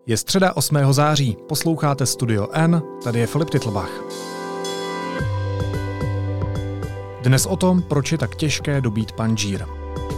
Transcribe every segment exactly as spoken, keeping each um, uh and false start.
Je středa osmého září, posloucháte Studio N, tady je Filip Titlbach. Dnes o tom, proč je tak těžké dobít panžír.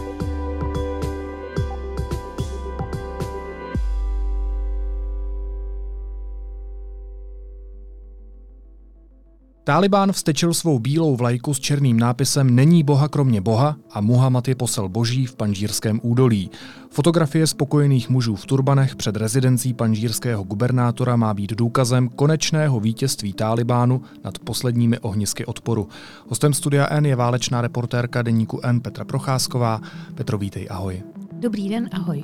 Tálibán vztečil svou bílou vlajku s černým nápisem Není boha kromě boha a Muhammad je posel boží v Panžírském údolí. Fotografie spokojených mužů v turbanech před rezidencí panžírského gubernátora má být důkazem konečného vítězství Tálibánu nad posledními ohnisky odporu. Hostem Studia N je válečná reportérka deníku N Petra Procházková. Petro, vítej, ahoj. Dobrý den, ahoj.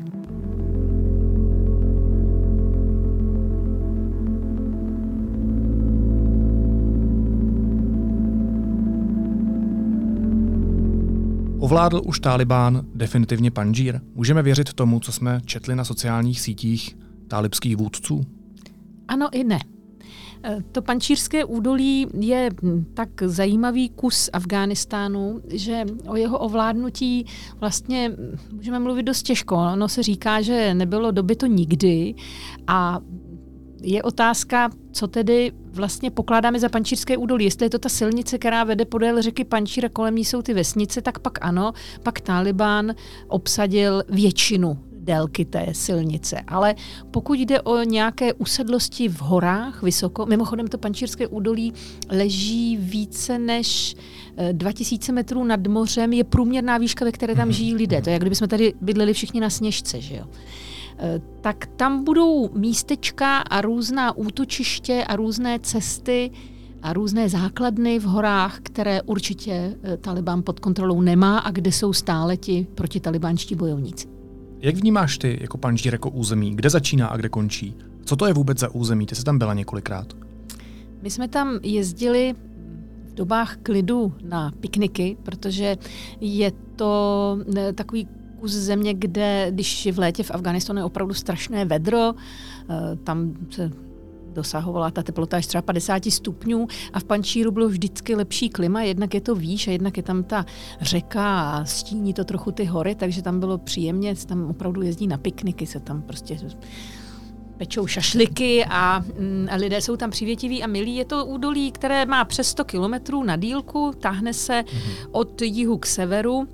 Ovládl už Tálibán definitivně Panžír? Můžeme věřit tomu, co jsme četli na sociálních sítích tálibských vůdců? Ano i ne. To Panžírské údolí je tak zajímavý kus Afghánistánu, že o jeho ovládnutí vlastně můžeme mluvit dost těžko. Ono se říká, že nebylo dobyto nikdy a je otázka, co tedy vlastně pokládáme za Panžírské údolí. Jestli je to ta silnice, která vede podél řeky Panžír a kolem ní jsou ty vesnice, tak pak ano, pak Tálibán obsadil většinu délky té silnice. Ale pokud jde o nějaké usedlosti v horách vysoko, mimochodem to Panžírské údolí leží více než dva tisíce metrů nad mořem, je průměrná výška, ve které tam žijí lidé. To je, jak kdybychom tady bydleli všichni na Sněžce, že jo? Tak tam budou místečka a různá útočiště a různé cesty a různé základny v horách, které určitě Tálibán pod kontrolou nemá a kde jsou stále ti protitalibánští bojovníci. Jak vnímáš ty jako Panžír jako území? Kde začíná a kde končí? Co to je vůbec za území? Ty jsi tam byla několikrát. My jsme tam jezdili v dobách klidu na pikniky, protože je to takový kus země, kde, když v létě v Afghánistánu je opravdu strašné vedro, tam se dosahovala ta teplota až třeba padesát stupňů a v Panžíru bylo vždycky lepší klima, jednak je to výš a jednak je tam ta řeka a stíní to trochu ty hory, takže tam bylo příjemně, se tam opravdu jezdí na pikniky, se tam prostě pečou šašliky a, a lidé jsou tam přívětiví a milí. Je to údolí, které má přes sto kilometrů na délku, táhne se mm-hmm. od jihu k severu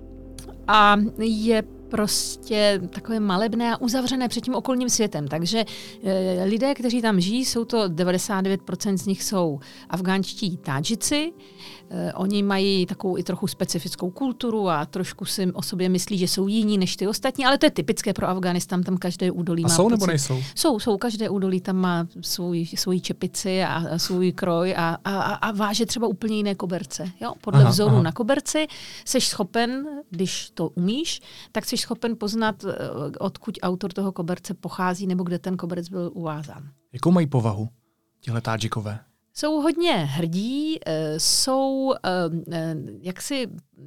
a je prostě takové malebné a uzavřené před tím okolním světem. Takže e, lidé, kteří tam žijí, jsou to devadesát devět procent z nich jsou afgánští Tádžici. E, oni mají takovou i trochu specifickou kulturu a trošku si o sobě myslí, že jsou jiní než ty ostatní, ale to je typické pro Afghánistán, tam každé údolí a má jsou pocit. Nebo nejsou? Jsou, jsou, každé údolí tam má svůj, svůj čepici a, a svůj kroj a, a, a váže třeba úplně jiné koberce. Jo? Podle aha, vzoru aha. na koberci seš schopen, když to umíš, tak seš schopen poznat, odkud autor toho koberce pochází nebo kde ten koberec byl uvázán. Jakou mají povahu tihle Tádžikové? Jsou hodně hrdí, jsou jaksi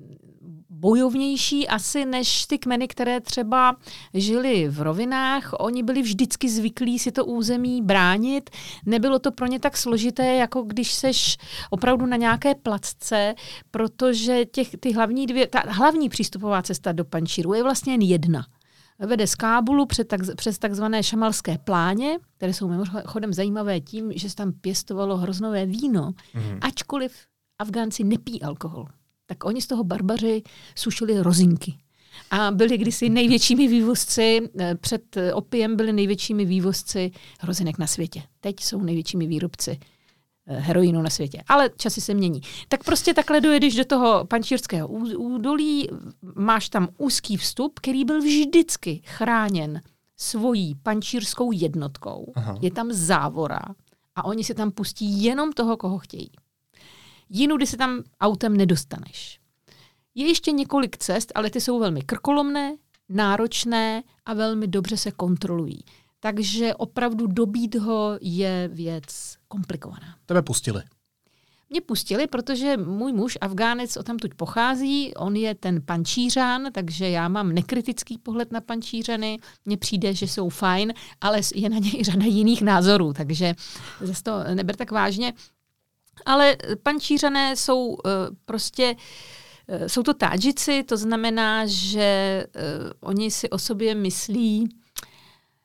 bojovnější asi než ty kmeny, které třeba žili v rovinách. Oni byli vždycky zvyklí si to území bránit. Nebylo to pro ně tak složité, jako když seš opravdu na nějaké placce, protože těch, ty hlavní dvě, ta hlavní přístupová cesta do Panžíru je vlastně jen jedna. Vede z Kábulu před tak, přes takzvané šamalské pláně, které jsou mimochodem zajímavé tím, že se tam pěstovalo hroznové víno, mm. ačkoliv Afgánci nepí alkohol. Tak oni z toho barbaři sušili rozinky. A byli kdysi největšími vývozci, před opiem byli největšími vývozci hrozinek na světě. Teď jsou největšími výrobci heroinu na světě. Ale časy se mění. Tak prostě takhle dojedeš do toho Panžírského údolí, máš tam úzký vstup, který byl vždycky chráněn svojí panžírskou jednotkou. Aha. Je tam závora a oni si tam pustí jenom toho, koho chtějí. Jinudy se tam autem nedostaneš. Je ještě několik cest, ale ty jsou velmi krkolomné, náročné a velmi dobře se kontrolují. Takže opravdu dobít ho je věc komplikovaná. Tebe pustili? Mě pustili, protože můj muž, Afgánec, odtamtud pochází, on je ten Pančířan, takže já mám nekritický pohled na Pančířany, mně přijde, že jsou fajn, ale je na něj řada jiných názorů, takže zase to neber tak vážně. Ale Pančířané jsou uh, prostě, uh, jsou to Tádžici, to znamená, že uh, oni si o sobě myslí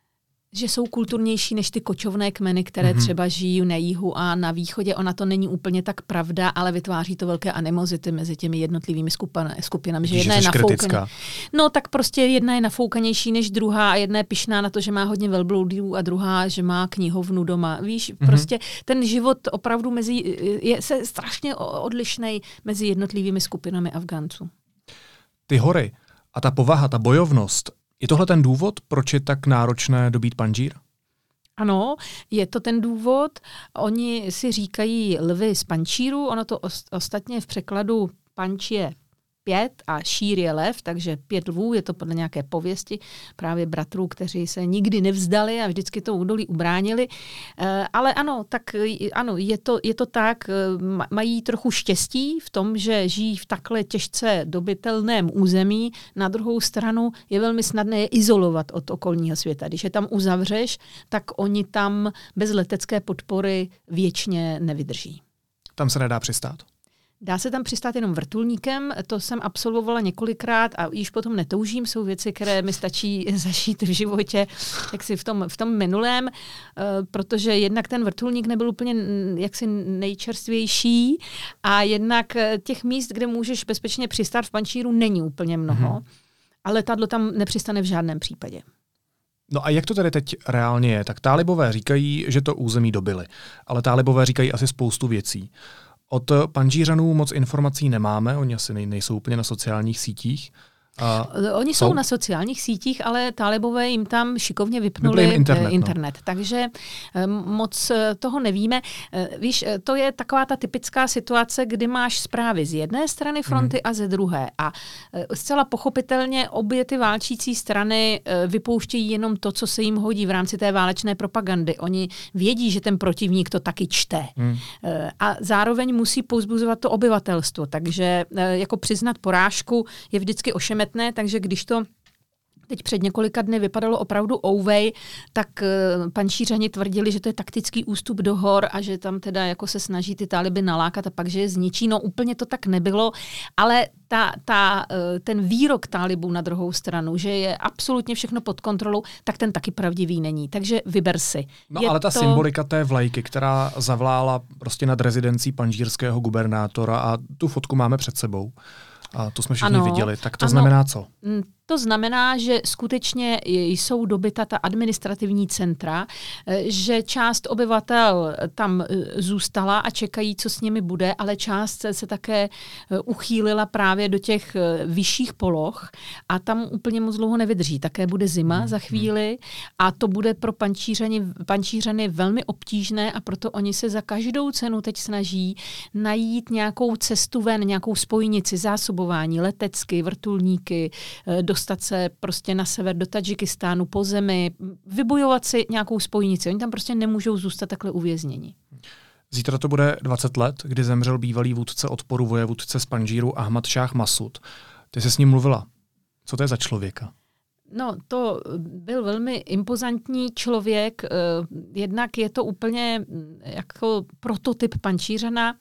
že jsou kulturnější než ty kočovné kmeny, které mm-hmm. třeba žijí na jihu a na východě. Ona to není úplně tak pravda, ale vytváří to velké animozity mezi těmi jednotlivými skupinami. Že jedna je nafoukaná. No tak prostě jedna je nafoukanější než druhá a jedna je pyšná na to, že má hodně velbloudů a druhá, že má knihovnu doma. Víš, mm-hmm. prostě ten život opravdu mezi, je se strašně odlišnej mezi jednotlivými skupinami Afgánců. Ty hory a ta povaha, ta bojovnost, je tohle ten důvod, proč je tak náročné dobít Pandžír? Ano, je to ten důvod. Oni si říkají lvy z Pančíru, ono to ostatně v překladu Panč je pět a šír je lev, takže pět lvů, je to podle nějaké pověsti právě bratrů, kteří se nikdy nevzdali a vždycky to údolí ubránili. Ale ano, tak ano, je to, je to tak, mají trochu štěstí v tom, že žijí v takhle těžce dobytelném území. Na druhou stranu je velmi snadné je izolovat od okolního světa. Když je tam uzavřeš, tak oni tam bez letecké podpory věčně nevydrží. Tam se nedá přistát? Dá se tam přistát jenom vrtulníkem, to jsem absolvovala několikrát a již potom netoužím, jsou věci, které mi stačí zažít v životě, jaksi v tom, v tom minulém, protože jednak ten vrtulník nebyl úplně jaksi nejčerstvější a jednak těch míst, kde můžeš bezpečně přistát v Pančíru, není úplně mnoho, hmm. ale letadlo tam nepřistane v žádném případě. No a jak to tady teď reálně je? Tak Tálibové říkají, že to území dobyli, ale Tálibové říkají asi spoustu věcí. Od Pandžířanů moc informací nemáme, oni asi nejsou úplně na sociálních sítích. A oni jsou, jsou na sociálních sítích, ale Tálibové jim tam šikovně vypnuli jim internet, internet no. takže moc toho nevíme. Víš, to je taková ta typická situace, kdy máš zprávy z jedné strany fronty mm. a ze druhé. A zcela pochopitelně obě ty válčící strany vypouštějí jenom to, co se jim hodí v rámci té válečné propagandy. Oni vědí, že ten protivník to taky čte. Mm. A zároveň musí povzbuzovat to obyvatelstvo. Takže jako přiznat porážku je vždycky ošemetné. Takže když to teď před několika dny vypadalo opravdu ouvej, tak uh, Pančířani tvrdili, že to je taktický ústup do hor a že tam teda jako se snaží ty Táliby nalákat a pak, že je zničí. No úplně to tak nebylo, ale ta, ta, uh, ten výrok Tálibů na druhou stranu, že je absolutně všechno pod kontrolou, tak ten taky pravdivý není. Takže vyber si. No je ale ta to... symbolika té vlajky, která zavlála prostě nad rezidencí panžírského gubernátora a tu fotku máme před sebou. A to jsme všichni ano, viděli. Tak to ano, znamená co? To znamená, že skutečně jsou dobyta ta administrativní centra, že část obyvatel tam zůstala a čekají, co s nimi bude, ale část se také uchýlila právě do těch vyšších poloh a tam úplně moc dlouho nevydrží. Také bude zima hmm. za chvíli a to bude pro Pančířany, Pančířany velmi obtížné a proto oni se za každou cenu teď snaží najít nějakou cestu ven, nějakou spojnici, zásobování, letecky, vrtulníky, dostat se prostě na sever do Tadžikistánu po zemi, vybojovat si nějakou spojnici. Oni tam prostě nemůžou zůstat takhle uvězněni. Zítra to bude dvacet let, kdy zemřel bývalý vůdce odporu vojevůdce z Pandžíru Ahmad Šáh Masud. Ty jsi s ním mluvila. Co to je za člověka? No, to byl velmi impozantní člověk. Jednak je to úplně jako prototyp Pančířana.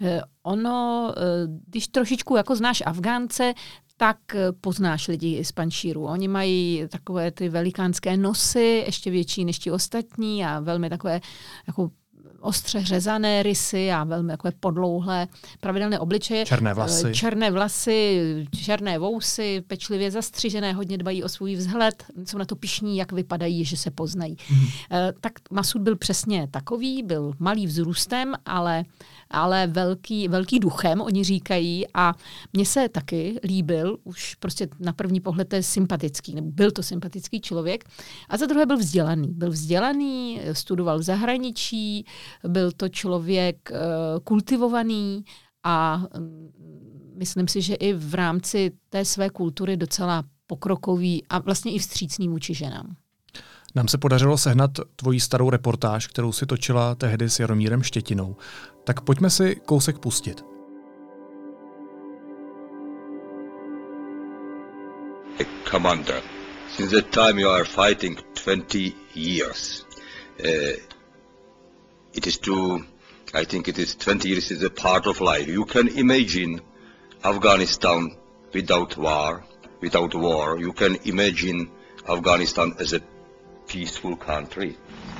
Ono, když trošičku jako znáš Afgánce, tak poznáš lidi z Pančíru. Oni mají takové ty velikánské nosy, ještě větší než ti ostatní a velmi takové jako ostře řezané rysy a velmi takové podlouhlé pravidelné obličeje. Černé vlasy. Černé vlasy, černé vousy, pečlivě zastřižené, hodně dbají o svůj vzhled, jsou na to pyšní, jak vypadají, že se poznají. Mm. Tak Masud byl přesně takový, byl malý vzrůstem, ale, ale velký, velký duchem, oni říkají, a mně se taky líbil, už prostě na první pohled to je sympatický, nebo byl to sympatický člověk, a za druhé byl vzdělaný. Byl vzdělaný, studoval v zahraničí, byl to člověk uh, kultivovaný a um, myslím si, že i v rámci té své kultury docela pokrokový a vlastně i vstřícný vůči ženám. Nám se podařilo sehnat tvoji starou reportáž, kterou si točila tehdy s Jaromírem Štětinou. Tak pojďme si kousek pustit. Commander, since the time you are fighting twenty years, uh, it is to, I think it is twenty years is a part of life. You can imagine Afghanistan without war, without war. You can imagine Afghanistan as a peaceful country.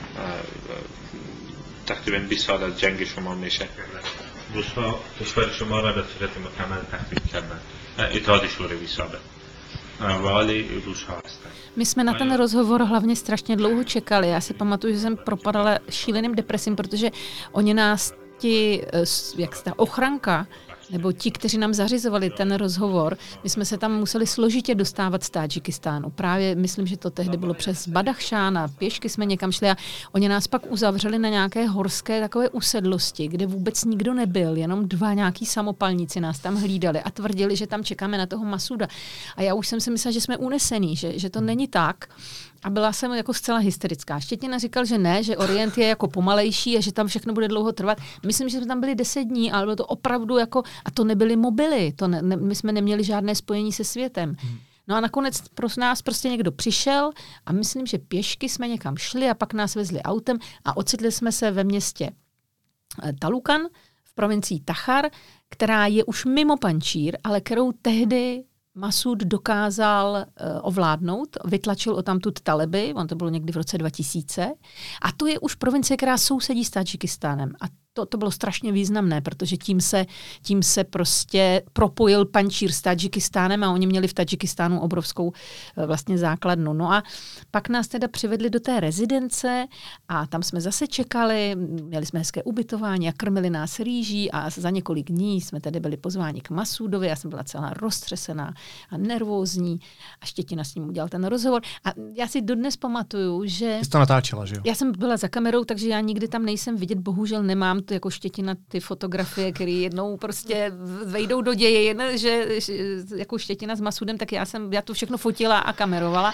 تقریبا بیست سال از جنگ شما میشه. روس‌ها کشور شما را به صورت مکمل تخریب کردن. اتحاد شوروی سابق. و حالی روس‌ها هستن. My jsme na ten rozhovor hlavně strašně dlouho čekali. Já si pamatuju, že jsem propadala šíleným depresím, protože oni nás ti, jak ta ochranka, nebo ti, kteří nám zařizovali ten rozhovor, my jsme se tam museli složitě dostávat z Tádžikistánu. Právě myslím, že to tehdy bylo přes Badachšána, pěšky jsme někam šli a oni nás pak uzavřeli na nějaké horské takové usedlosti, kde vůbec nikdo nebyl, jenom dva nějaký samopalníci nás tam hlídali a tvrdili, že tam čekáme na toho Masuda. A já už jsem si myslela, že jsme unesení, že, že to není tak. A byla jsem jako zcela hysterická. Štětina říkal, že ne, že Orient je jako pomalejší a že tam všechno bude dlouho trvat. Myslím, že jsme tam byli deset dní, ale bylo to opravdu jako, a to nebyly mobily, to ne, ne, my jsme neměli žádné spojení se světem. Hmm. No a nakonec pro nás prostě někdo přišel a myslím, že pěšky jsme někam šli a pak nás vezli autem a ocitli jsme se ve městě Talukan v provincii Tachar, která je už mimo Pančír, ale kterou tehdy Masud dokázal uh, ovládnout, vytlačil odtamtud Taliby, on to bylo někdy v roce dva tisíce, a to je už provincie, která sousedí s Tadžikistánem. A to, to bylo strašně významné, protože tím se, tím se prostě propojil Pančír s Tadžikistánem a oni měli v Tadžikistánu obrovskou uh, vlastně základnu. No a pak nás teda přivedli do té rezidence a tam jsme zase čekali, měli jsme hezké ubytování a krmili nás rýží a za několik dní jsme tedy byli pozváni k Masudovi, já jsem byla celá roztřesená a nervózní a Štětina s ním udělal ten rozhovor. A já si dodnes pamatuju, že... Jsi to natáčela, že jo? Já jsem byla za kamerou, takže já nikdy tam nejsem vidět, bohužel nemám to jako Štětina ty fotografie, které jednou prostě vejdou do dějin, že, že jako Štětina s Masudem, tak já jsem, já to všechno fotila a kamerovala.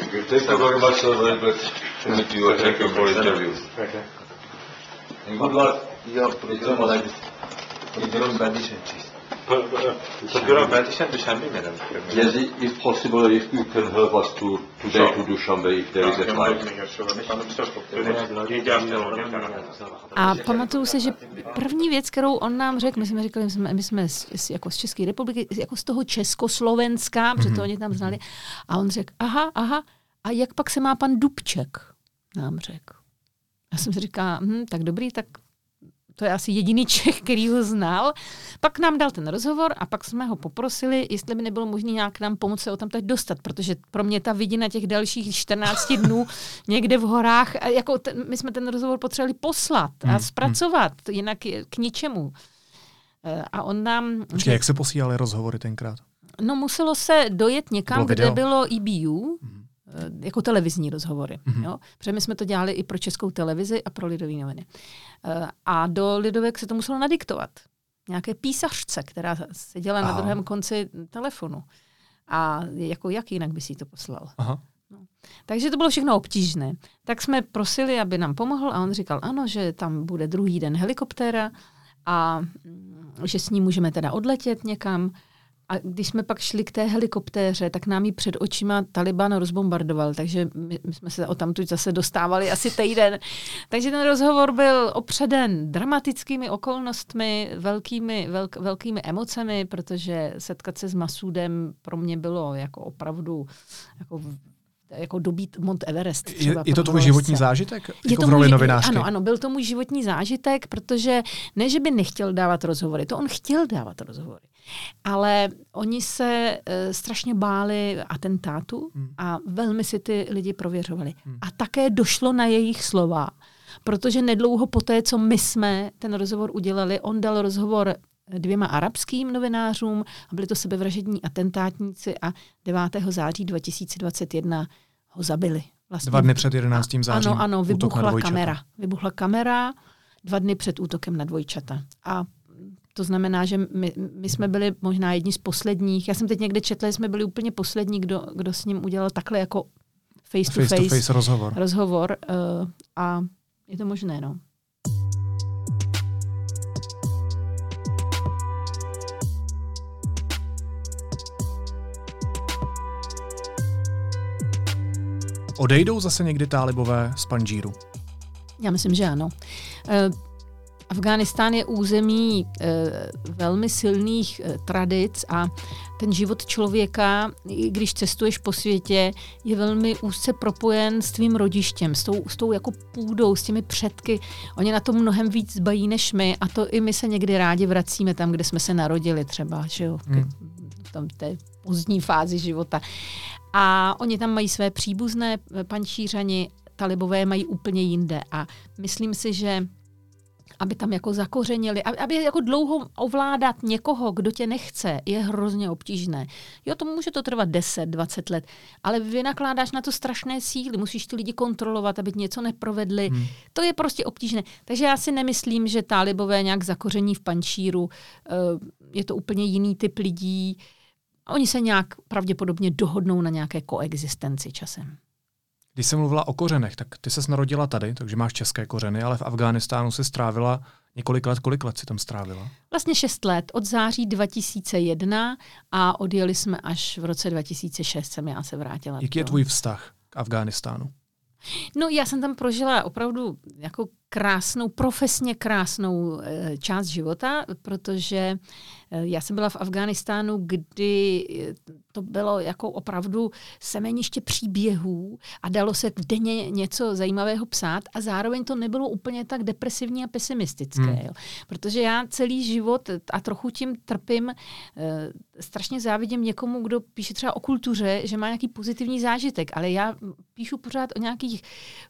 Yes, if possible, if you can help us to today to Dushanbe, if there is a flight. A pamatuju si, že první věc, kterou on nám řekl, my jsme říkali, my jsme, my jsme z, jako z České republiky, jako z toho Československa, protože to oni tam znali, a on řekl, aha, aha, a jak pak se má pan Dubček, nám řekl. Já jsem si říkala, hm, tak dobrý, tak to je asi jediný Čech, který ho znal. Pak nám dal ten rozhovor a pak jsme ho poprosili, jestli by nebylo možné nějak nám pomoct se o tam teď dostat, protože pro mě ta vidina těch dalších čtrnáct dnů někde v horách, jako ten, my jsme ten rozhovor potřebovali poslat a zpracovat, jinak je k ničemu. A on nám... Počkej, jak se posílaly rozhovory tenkrát? No muselo se dojet někam, bylo kde bylo E B U, hmm. jako televizní rozhovory. Mm-hmm. Jo? Protože my jsme to dělali i pro Českou televizi a pro Lidové noviny. A do Lidovek se to muselo nadiktovat. Nějaké písařce, která seděla Aha. na druhém konci telefonu. A jako jak jinak by si to poslal. Aha. No. Takže to bylo všechno obtížné. Tak jsme prosili, aby nám pomohl a on říkal, ano, že tam bude druhý den helikoptéra a že s ním můžeme teda odletět někam. A když jsme pak šli k té helikoptéře, tak nám ji před očima Taliban rozbombardoval, takže my, my jsme se odtamtud zase dostávali asi týden. Takže ten rozhovor byl opředen dramatickými okolnostmi, velkými, velk, velkými emocemi, protože setkat se s Masudem pro mě bylo jako opravdu jako jako dobít Mount Everest. Třeba je, je to tvůj životní zážitek? Je jako to v roli můj, novinářky? Ano, ano, byl to můj životní zážitek, protože ne, že by nechtěl dávat rozhovory, to on chtěl dávat rozhovory. Ale oni se uh, strašně báli atentátu hmm. a velmi si ty lidi prověřovali. Hmm. A také došlo na jejich slova, protože nedlouho poté, co my jsme ten rozhovor udělali, on dal rozhovor dvěma arabským novinářům a byli to sebevražední atentátníci a devátého září dva tisíce dvacet jedna ho zabili. Vlastně. Dva dny před jedenáctým zářím. Ano, ano, vybuchla kamera. Vybuchla kamera dva dny před útokem na dvojčata. A to znamená, že my, my jsme byli možná jedni z posledních. Já jsem teď někde četla, že jsme byli úplně poslední, kdo, kdo s ním udělal takhle jako face to face, face, to face rozhovor. rozhovor uh, a je to možné, no. Odejdou zase někdy Tálibové z Pandžíru? Já myslím, že ano. Afghánistán je území e, velmi silných e, tradic a ten život člověka, i když cestuješ po světě, je velmi úzce propojen s tvým rodištěm, s tou, s tou jako půdou, s těmi předky. Oni na to mnohem víc dbají než my a to i my se někdy rádi vracíme tam, kde jsme se narodili třeba, že jo, hmm. v tom té pozdní fázi života. A oni tam mají své příbuzné pančířani, talibové mají úplně jinde a myslím si, že aby tam jako zakořenili, aby, aby jako dlouho ovládat někoho, kdo tě nechce, je hrozně obtížné. Jo, to může to trvat deset, dvacet let, ale vynakládáš na to strašné síly, musíš ty lidi kontrolovat, aby něco neprovedli. Hmm. To je prostě obtížné. Takže já si nemyslím, že talibové nějak zakoření v Panjšíru, je to úplně jiný typ lidí. Oni se nějak pravděpodobně dohodnou na nějaké koexistenci časem. Když jsem mluvila o kořenech, tak ty ses narodila tady, takže máš české kořeny, ale v Afghánistánu si strávila několik let. Kolik let si tam strávila? Vlastně šest let. Od září dva tisíce jedna a odjeli jsme až v roce dva tisíce šest jsem já se vrátila. Jaký je tvůj vztah k Afghánistánu? No já jsem tam prožila opravdu jako krásnou, profesně krásnou e, část života, protože e, já jsem byla v Afghánistánu, kdy to bylo jako opravdu semeniště příběhů a dalo se denně něco zajímavého psát a zároveň to nebylo úplně tak depresivní a pesimistické. Hmm. Jo. Protože já celý život a trochu tím trpím, e, strašně závidím někomu, kdo píše třeba o kultuře, že má nějaký pozitivní zážitek, ale já píšu pořád o nějakých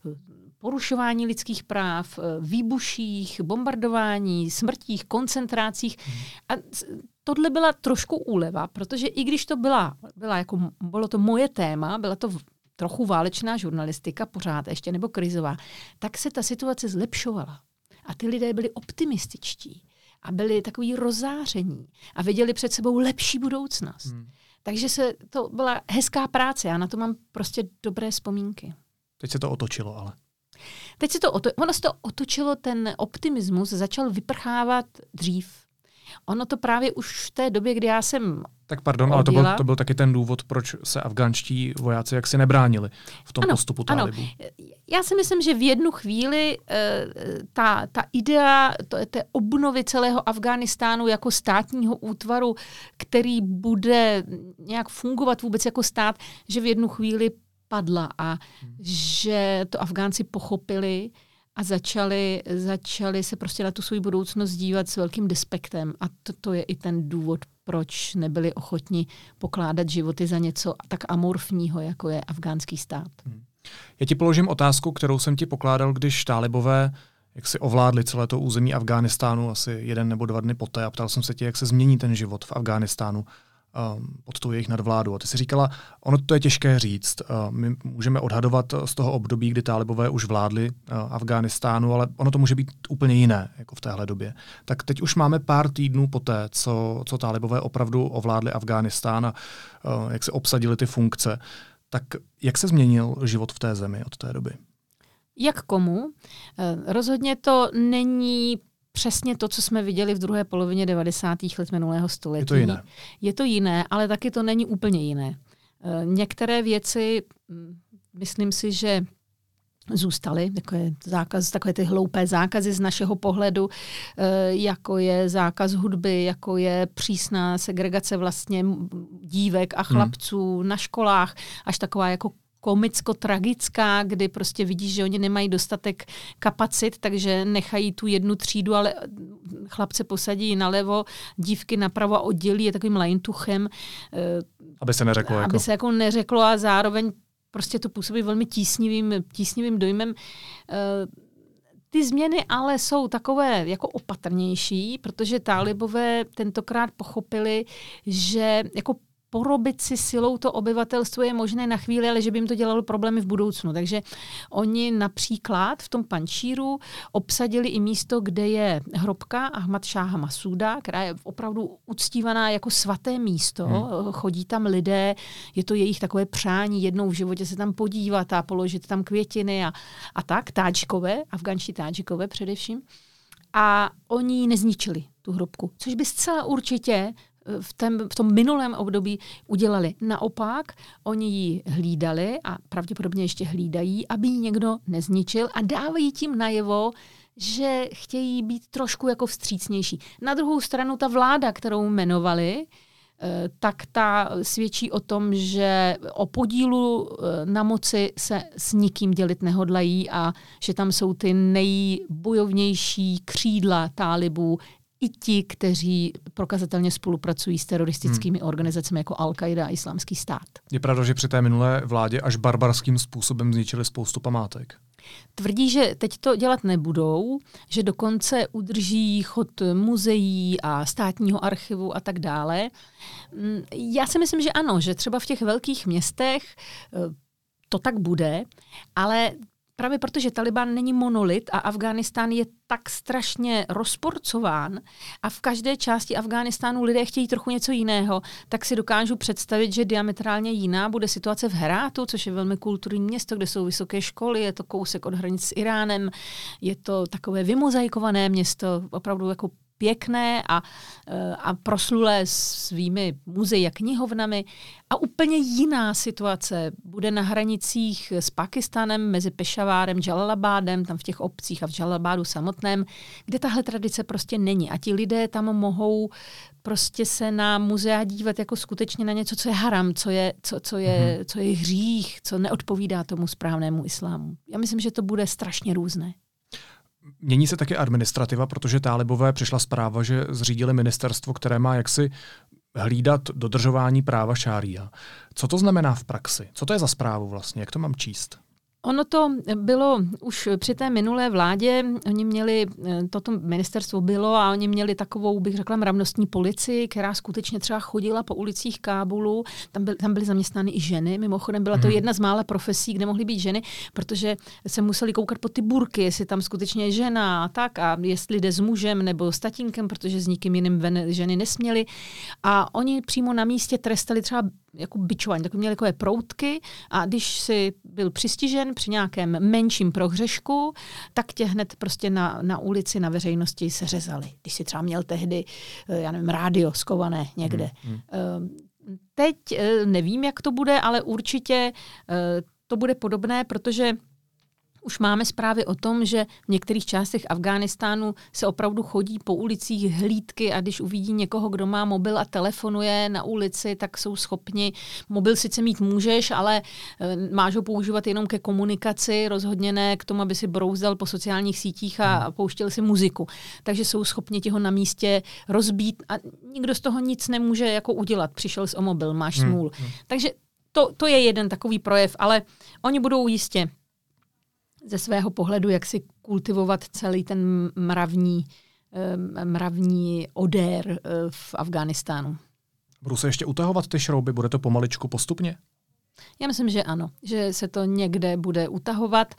porušování lidských práv, výbuších, bombardování, smrtích, koncentrácích. A tohle byla trošku úleva, protože i když to byla, byla jako, bylo to moje téma, byla to trochu válečná žurnalistika pořád ještě, nebo krizová, tak se ta situace zlepšovala. A ty lidé byli optimističtí a byli takový rozáření a viděli před sebou lepší budoucnost. Hmm. Takže se, to byla hezká práce, já na to mám prostě dobré vzpomínky. Teď se to otočilo, ale. Teď se to oto- ono se to otočilo, ten optimismus začal vyprchávat dřív. Ono to právě už v té době, kdy já jsem Tak pardon, odjela, ale to byl, to byl taky ten důvod, proč se afgánští vojáci jaksi nebránili v tom ano, postupu talibů. Ano. Já si myslím, že v jednu chvíli uh, ta, ta idea to, té obnovy celého Afghánistánu jako státního útvaru, který bude nějak fungovat vůbec jako stát, že v jednu chvíli padla a hmm. že to Afgánci pochopili a začali, začali se prostě na tu svou budoucnost dívat s velkým despektem. A to, to je i ten důvod, proč nebyli ochotni pokládat životy za něco tak amorfního, jako je afgánský stát. Hmm. Já ti položím otázku, kterou jsem ti pokládal, když talibové jak si ovládli celé to území Afghánistánu asi jeden nebo dva dny poté a ptal jsem se tě, jak se změní ten život v Afghánistánu pod tou jejich nadvládu. A ty jsi říkala, ono to je těžké říct. My můžeme odhadovat z toho období, kdy talibové už vládli Afghánistánu, ale ono to může být úplně jiné, jako v téhle době. Tak teď už máme pár týdnů poté, co, co talibové opravdu ovládli Afghánistán a jak se obsadili ty funkce. Tak jak se změnil život v té zemi od té doby? Jak komu? Rozhodně to není přesně to, co jsme viděli v druhé polovině devadesátých let minulého století. Je to jiné. Je to jiné, ale taky to není úplně jiné. Některé věci, myslím si, že zůstaly, jako je zákaz, takové ty hloupé zákazy z našeho pohledu, jako je zákaz hudby, jako je přísná segregace vlastně dívek a chlapců hmm. na školách, až taková jako komicko-tragická, kdy prostě vidíš, že oni nemají dostatek kapacit, takže nechají tu jednu třídu, ale chlapce posadí nalevo, dívky napravo a oddělí je takovým lajntuchem. Aby se neřeklo. Aby jako... se jako neřeklo a zároveň prostě to působí velmi tísnivým, tísnivým dojmem. Ty změny ale jsou takové jako opatrnější, protože talibové tentokrát pochopili, že jako porobit si silou to obyvatelstvo je možné na chvíli, ale že by jim to dělalo problémy v budoucnu. Takže oni například v tom Panjšíru obsadili i místo, kde je hrobka Ahmad Šáha Masúda, která je opravdu uctívaná jako svaté místo. Hmm. Chodí tam lidé, je to jejich takové přání jednou v životě se tam podívat a položit tam květiny a, a tak. Tádžikové, afgánští tádžikové především. A oni ji nezničili, tu hrobku, což by zcela určitě v, tém, v tom minulém období udělali. Naopak, oni ji hlídali a pravděpodobně ještě hlídají, aby ji někdo nezničil a dávají tím najevo, že chtějí být trošku jako vstřícnější. Na druhou stranu ta vláda, kterou jmenovali, tak ta svědčí o tom, že o podílu na moci se s nikým dělit nehodlají a že tam jsou ty nejbojovnější křídla tálibů, i ti, kteří prokazatelně spolupracují s teroristickými hmm. organizacemi jako Al-Qaida a Islámský stát. Je pravda, že při té minulé vládě až barbarským způsobem zničili spoustu památek. Tvrdí, že teď to dělat nebudou, že dokonce udrží chod muzeí a státního archivu a tak dále. Já si myslím, že ano, že třeba v těch velkých městech to tak bude, ale právě protože Taliban není monolit a Afghánistán je tak strašně rozporcován a v každé části Afghánistánu lidé chtějí trochu něco jiného, tak si dokážu představit, že diametrálně jiná bude situace v Herátu, což je velmi kulturní město, kde jsou vysoké školy, je to kousek od hranic s Iránem, je to takové vymozaikované město, opravdu jako pěkné a, a proslulé svými muzeji a knihovnami. A úplně jiná situace bude na hranicích s Pákistánem, mezi Pešavárem, Jalalabádem, tam v těch obcích a v Jalalabádu samotném, kde tahle tradice prostě není. A ti lidé tam mohou prostě se na muzea dívat jako skutečně na něco, co je haram, co je, co, co je, co je hřích, co neodpovídá tomu správnému islámu. Já myslím, že to bude strašně různé. Mění se taky administrativa, protože tálibové přišla zpráva, že zřídili ministerstvo, které má jaksi hlídat dodržování práva šária. Co to znamená v praxi? Co to je za zprávu vlastně? Jak to mám číst? Ono to bylo už při té minulé vládě, oni měli, toto ministerstvo bylo a oni měli takovou, bych řekla, mravnostní policii, která skutečně třeba chodila po ulicích Kábulu, tam, byl, tam byly zaměstnány i ženy, mimochodem byla to jedna z mála profesí, kde mohly být ženy, protože se museli koukat po ty burky, jestli tam skutečně je žena a tak a jestli jde s mužem nebo s tatínkem, protože s nikým jiným ven ženy nesměly a oni přímo na místě trestali třeba jako bičování, tak měli takové proutky a když si byl přistižen při nějakém menším prohřešku, tak tě hned prostě na, na ulici, na veřejnosti seřezali. Když si třeba měl tehdy, já nevím, rádio skované někde. Hmm, hmm. Teď nevím, jak to bude, ale určitě to bude podobné, protože už máme zprávy o tom, že v některých částech Afghánistánu se opravdu chodí po ulicích hlídky a když uvidí někoho, kdo má mobil a telefonuje na ulici, tak jsou schopni, mobil sice mít můžeš, ale máš ho používat jenom ke komunikaci, rozhodně ne k tomu, aby si brouzdal po sociálních sítích a pouštěl si muziku. Takže jsou schopni ti ho na místě rozbít a nikdo z toho nic nemůže jako udělat. Přišel jsi o mobil, máš smůl. Hmm. Takže to, to je jeden takový projev, ale oni budou jistě ze svého pohledu, jak si kultivovat celý ten mravní, mravní odér v Afghánistánu. Budou se ještě utahovat ty šrouby? Bude to pomaličku postupně? Já myslím, že ano. Že se to někde bude utahovat.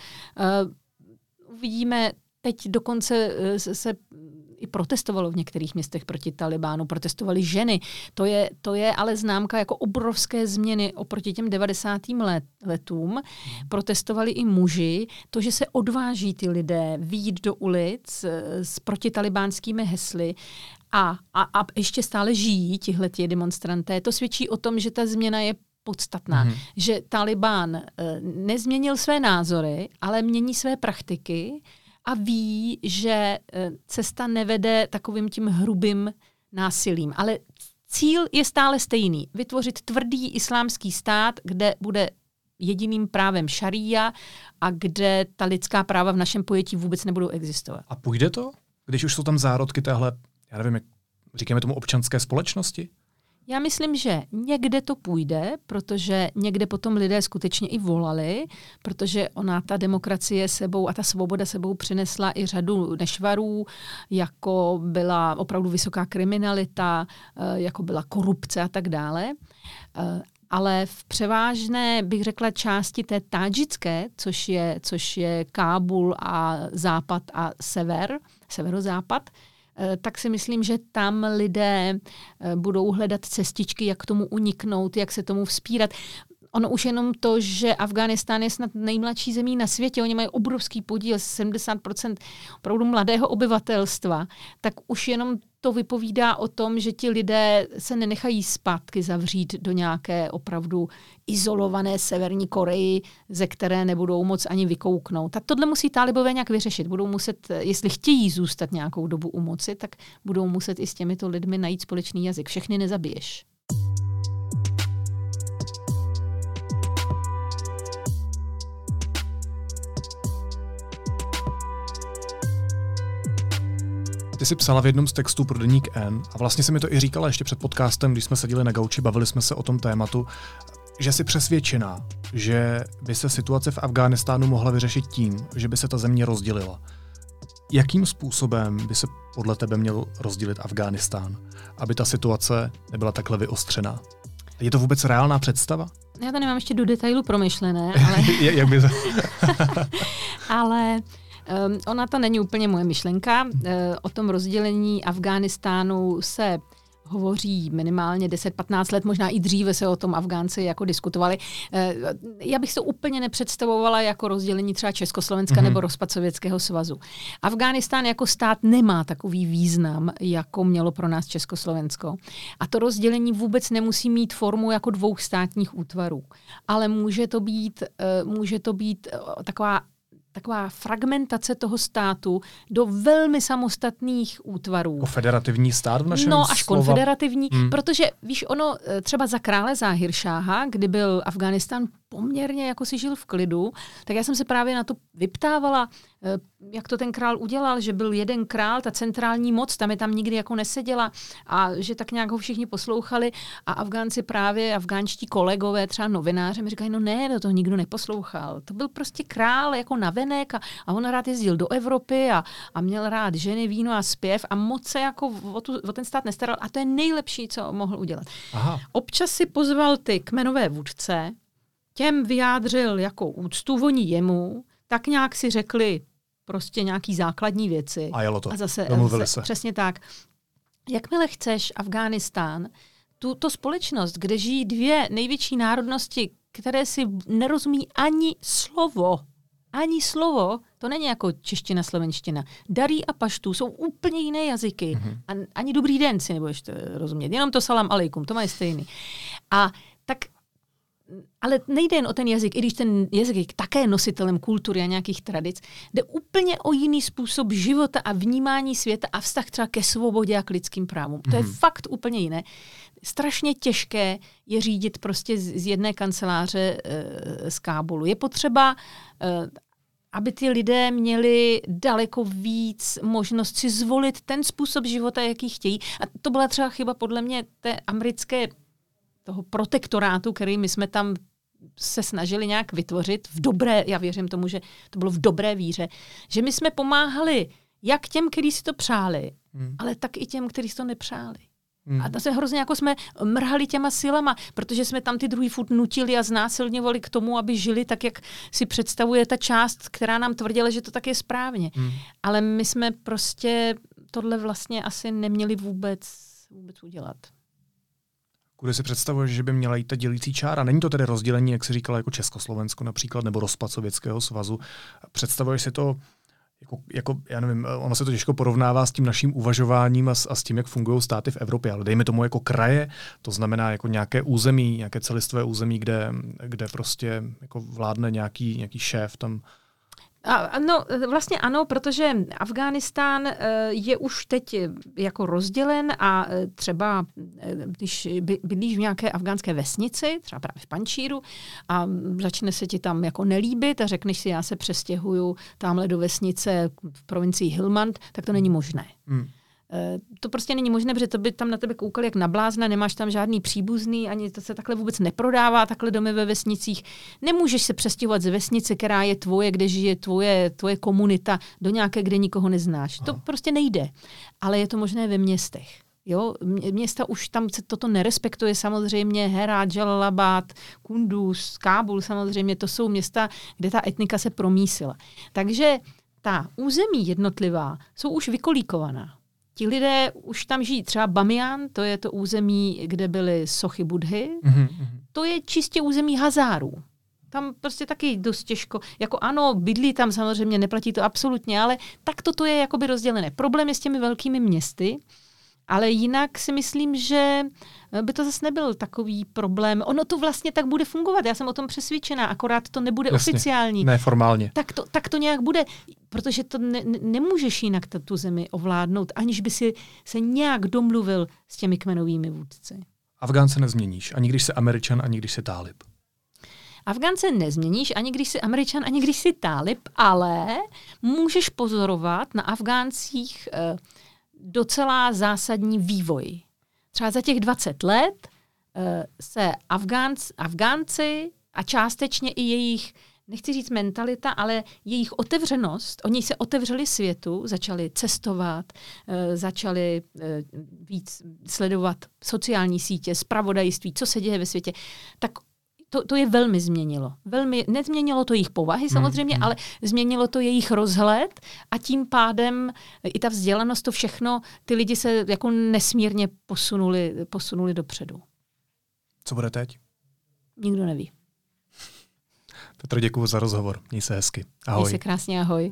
Uvidíme, teď dokonce se i protestovalo v některých městech proti Talibánu, protestovali ženy. To je, to je ale známka jako obrovské změny oproti těm devadesátým let, letům. Protestovali i muži. To, že se odváží ty lidé vyjít do ulic s protitalibánskými hesly a, a, a ještě stále žijí tihleti demonstranté, to svědčí o tom, že ta změna je podstatná. Mm. Že Talibán e, nezměnil své názory, ale mění své praktiky a ví, že cesta nevede takovým tím hrubým násilím. Ale cíl je stále stejný. Vytvořit tvrdý islámský stát, kde bude jediným právem šaría a kde ta lidská práva v našem pojetí vůbec nebudou existovat. A půjde to? Když už jsou tam zárodky téhle, já nevím, jak říkáme tomu občanské společnosti? Já myslím, že někde to půjde, protože někde potom lidé skutečně i volali, protože ona ta demokracie sebou a ta svoboda sebou přinesla i řadu nešvarů, jako byla opravdu vysoká kriminalita, jako byla korupce a tak dále. Ale v převážné, bych řekla, části té tádžické, což je, což je Kábul a západ a sever, severozápad, tak si myslím, že tam lidé budou hledat cestičky, jak tomu uniknout, jak se tomu vzpírat. Ono už jenom to, že Afghánistán je snad nejmladší zemí na světě, oni mají obrovský podíl, sedmdesát procent opravdu mladého obyvatelstva, tak už jenom to vypovídá o tom, že ti lidé se nenechají zpátky zavřít do nějaké opravdu izolované Severní Koreji, ze které nebudou moc ani vykouknout. Tak tohle musí Tálibové nějak vyřešit. Budou muset, jestli chtějí zůstat nějakou dobu u moci, tak budou muset i s těmito lidmi najít společný jazyk. Všechny nezabiješ. Ty jsi psala v jednom z textů pro deník N a vlastně si mi to i říkala ještě před podcastem, když jsme seděli na gauči, bavili jsme se o tom tématu, že jsi přesvědčená, že by se situace v Afghánistánu mohla vyřešit tím, že by se ta země rozdělila. Jakým způsobem by se podle tebe měl rozdělit Afghánistán, aby ta situace nebyla takhle vyostřená? Je to vůbec reálná představa? Já to nemám ještě do detailu promyšlené, ale... Jak by to... ale... Um, ona to není úplně moje myšlenka. Uh, o tom rozdělení Afghánistánu se hovoří minimálně deset patnáct let, možná i dříve se o tom Afgánci jako diskutovali. Uh, já bych to úplně nepředstavovala jako rozdělení třeba Československa mm-hmm. nebo rozpad Sovětského svazu. Afghánistán jako stát nemá takový význam, jako mělo pro nás Československo. A to rozdělení vůbec nemusí mít formu jako dvou státních útvarů. Ale může to být, uh, může to být uh, taková taková fragmentace toho státu do velmi samostatných útvarů. Jako federativní stát v našem No, až slova... konfederativní, hmm. protože víš, ono třeba za krále Záhir Šáha, kdy byl Afghánistán poměrně jako si žil v klidu, tak já jsem se právě na to vyptávala, jak to ten král udělal, že byl jeden král, ta centrální moc, tam je tam nikdy jako neseděla a že tak nějak ho všichni poslouchali a Afgánci právě, afgánští kolegové, třeba novináři mi říkají, no ne, to toho nikdo neposlouchal. To byl prostě král jako navenek a, a on rád jezdil do Evropy a, a měl rád ženy, víno a zpěv a moc se jako o, tu, o ten stát nestaral a to je nejlepší, co mohl udělat. Aha. Občas si pozval ty kmenové vůdce, těm vyjádřil jako úctu, oni jemu, tak nějak si řekli prostě nějaký základní věci. A jelo to. A zase, Domluvili zase se. Přesně tak. Jakmile chceš Afghánistán, tuto společnost, kde žijí dvě největší národnosti, které si nerozumí ani slovo, ani slovo, to není jako čeština, slovenština. Darí a paštů jsou úplně jiné jazyky. Mm-hmm. A ani dobrý den si nebudeš to rozumět. Jenom to salam alejkum, to mají stejný. A tak ale nejde jen o ten jazyk, i když ten jazyk je také nositelem kultury a nějakých tradic, jde úplně o jiný způsob života a vnímání světa a vztah třeba ke svobodě a k lidským právům. Mm-hmm. To je fakt úplně jiné. Strašně těžké je řídit prostě z, z jedné kanceláře e, z Kábulu. Je potřeba, e, aby ty lidé měli daleko víc možnost si zvolit ten způsob života, jaký chtějí. A to byla třeba chyba podle mě té americké toho protektorátu, který my jsme tam se snažili nějak vytvořit v dobré, já věřím tomu, že to bylo v dobré víře, že my jsme pomáhali jak těm, kteří si to přáli, hmm. ale tak i těm, kteří si to nepřáli. Hmm. A to se hrozně jako jsme mrhali těma silama, protože jsme tam ty druhý furt nutili a znásilňovali k tomu, aby žili tak, jak si představuje ta část, která nám tvrdila, že to tak je správně. Hmm. Ale my jsme prostě tohle vlastně asi neměli vůbec, vůbec udělat. Kudy si představuješ, že by měla jít ta dělící čára? Není to tedy rozdělení, jak jsi říkala, jako Československo například, nebo rozpad Sovětského svazu. Představuješ si to, jako, jako, já nevím, ono se to těžko porovnává s tím naším uvažováním a s, a s tím, jak fungují státy v Evropě, ale dejme tomu jako kraje, to znamená jako nějaké území, nějaké celistvé území, kde, kde prostě jako vládne nějaký, nějaký šéf tam. A, no, vlastně ano, protože Afghánistán je už teď jako rozdělen a třeba, když bydlíš v nějaké afgánské vesnici, třeba právě v Pančíru, a začne se ti tam jako nelíbit a řekneš si, já se přestěhuju tamhle do vesnice v provincii Helmand, tak to není možné. Hmm. To prostě není možné, protože to by tam na tebe koukali jak na blázna, nemáš tam žádný příbuzný, ani to se takhle vůbec neprodává, takhle domy ve vesnicích. Nemůžeš se přestěhovat z vesnice, která je tvoje, kde žije tvoje, tvoje komunita, do nějaké, kde nikoho neznáš. To prostě nejde. Ale je to možné ve městech. Jo? Města už tam se toto nerespektuje, samozřejmě Herat, Jalalabad, Kunduz, Kábul samozřejmě, to jsou města, kde ta etnika se promísila. Takže ta území jednotlivá jsou už vykolíkovaná. Ti lidé už tam žijí. Třeba Bamiyan, to je to území, kde byly sochy Budhy, mm-hmm. to je čistě území Hazárů. Tam prostě taky dost těžko. Jako ano, bydlí tam samozřejmě, neplatí to absolutně, ale tak toto je jakoby rozdělené. Problém je s těmi velkými městy, Ale jinak si myslím, že by to zase nebyl takový problém. Ono to vlastně tak bude fungovat. Já jsem o tom přesvědčená, akorát to nebude Jasně, oficiální. Neformálně. Tak to, tak to nějak bude, protože to ne, nemůžeš jinak tu zemi ovládnout, aniž by si se nějak domluvil s těmi kmenovými vůdci. Afgánce nezměníš, ani když jsi Američan, ani když jsi Tálib. Afgánce nezměníš, ani když jsi Američan, ani když jsi Tálib, ale můžeš pozorovat na Afgáncích eh, docela zásadní vývoj. Třeba za těch dvacet let eh, se Afgánc, Afgánci a částečně i jejich, nechci říct mentalita, ale jejich otevřenost, oni se otevřeli světu, začali cestovat, e, začali e, víc sledovat sociální sítě, zpravodajství, co se děje ve světě, tak to, to je velmi změnilo. Velmi, nezměnilo to jejich povahy samozřejmě, hmm, hmm. ale změnilo to jejich rozhled a tím pádem i ta vzdělanost, to všechno, ty lidi se jako nesmírně posunuli, posunuli dopředu. Co bude teď? Nikdo neví. Petro, děkuju za rozhovor. Měj se hezky. Ahoj. Měj se krásně, ahoj.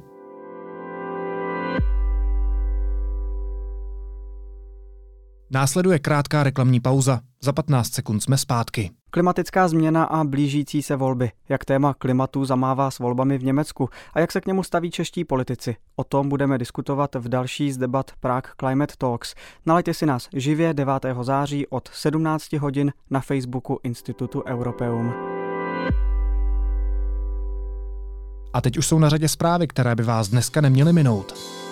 Následuje krátká reklamní pauza. Za patnáct sekund jsme zpátky. Klimatická změna a blížící se volby. Jak téma klimatu zamává s volbami v Německu a jak se k němu staví čeští politici. O tom budeme diskutovat v další z debat Prague Climate Talks. Nalaďte si nás živě devátého září od sedmnáct hodin na Facebooku Institutu Europeum. A teď už jsou na řadě zprávy, které by vás dneska neměly minout.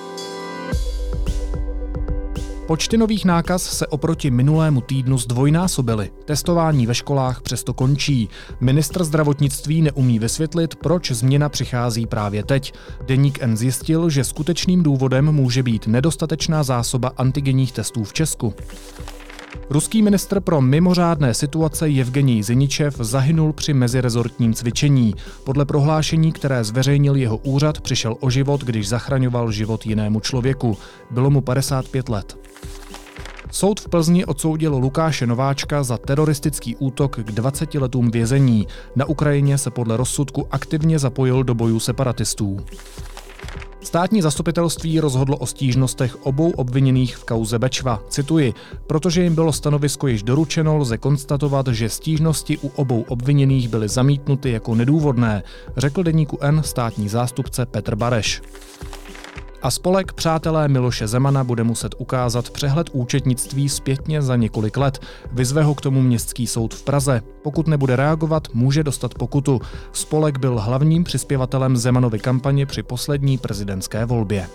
Počty nových nákaz se oproti minulému týdnu zdvojnásobily. Testování ve školách přesto končí. Ministr zdravotnictví neumí vysvětlit, proč změna přichází právě teď. Deník N zjistil, že skutečným důvodem může být nedostatečná zásoba antigenních testů v Česku. Ruský ministr pro mimořádné situace Jevgenij Zeničev zahynul při mezirezortním cvičení. Podle prohlášení, které zveřejnil jeho úřad, přišel o život, když zachraňoval život jinému člověku. Bylo mu padesát pět let. Soud v Plzni odsoudil Lukáše Nováčka za teroristický útok k dvaceti letům vězení. Na Ukrajině se podle rozsudku aktivně zapojil do bojů separatistů. Státní zastupitelství rozhodlo o stížnostech obou obviněných v kauze Bečva. Cituji, protože jim bylo stanovisko již doručeno, lze konstatovat, že stížnosti u obou obviněných byly zamítnuty jako nedůvodné, řekl deníku N státní zástupce Petr Bareš. A spolek Přátelé Miloše Zemana bude muset ukázat přehled účetnictví zpětně za několik let. Vyzve ho k tomu Městský soud v Praze. Pokud nebude reagovat, může dostat pokutu. Spolek byl hlavním přispěvatelem Zemanovy kampaně při poslední prezidentské volbě.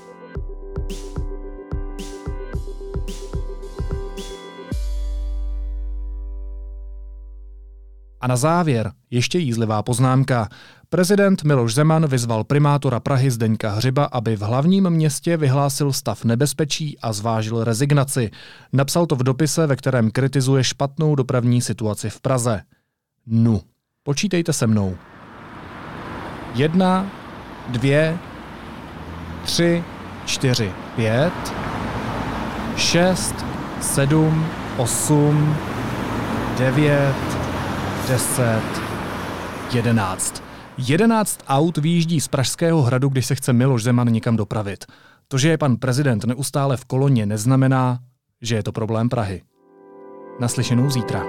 A na závěr ještě jízlivá poznámka. Prezident Miloš Zeman vyzval primátora Prahy Zdeňka Hřiba, aby v hlavním městě vyhlásil stav nebezpečí a zvážil rezignaci. Napsal to v dopise, ve kterém kritizuje špatnou dopravní situaci v Praze. Nu, počítejte se mnou. Jedna, dvě, tři, čtyři, pět, šest, sedm, osm, devět, deset, jedenáct. Jedenáct aut vyjíždí z Pražského hradu, když se chce Miloš Zeman někam dopravit. To, že je pan prezident neustále v koloně, neznamená, že je to problém Prahy. Naslyšenou zítra.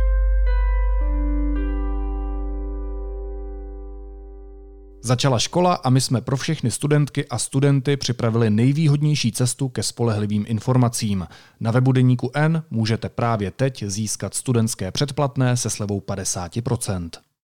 Začala škola a my jsme pro všechny studentky a studenty připravili nejvýhodnější cestu ke spolehlivým informacím. Na webu deníku N můžete právě teď získat studentské předplatné se slevou padesát procent.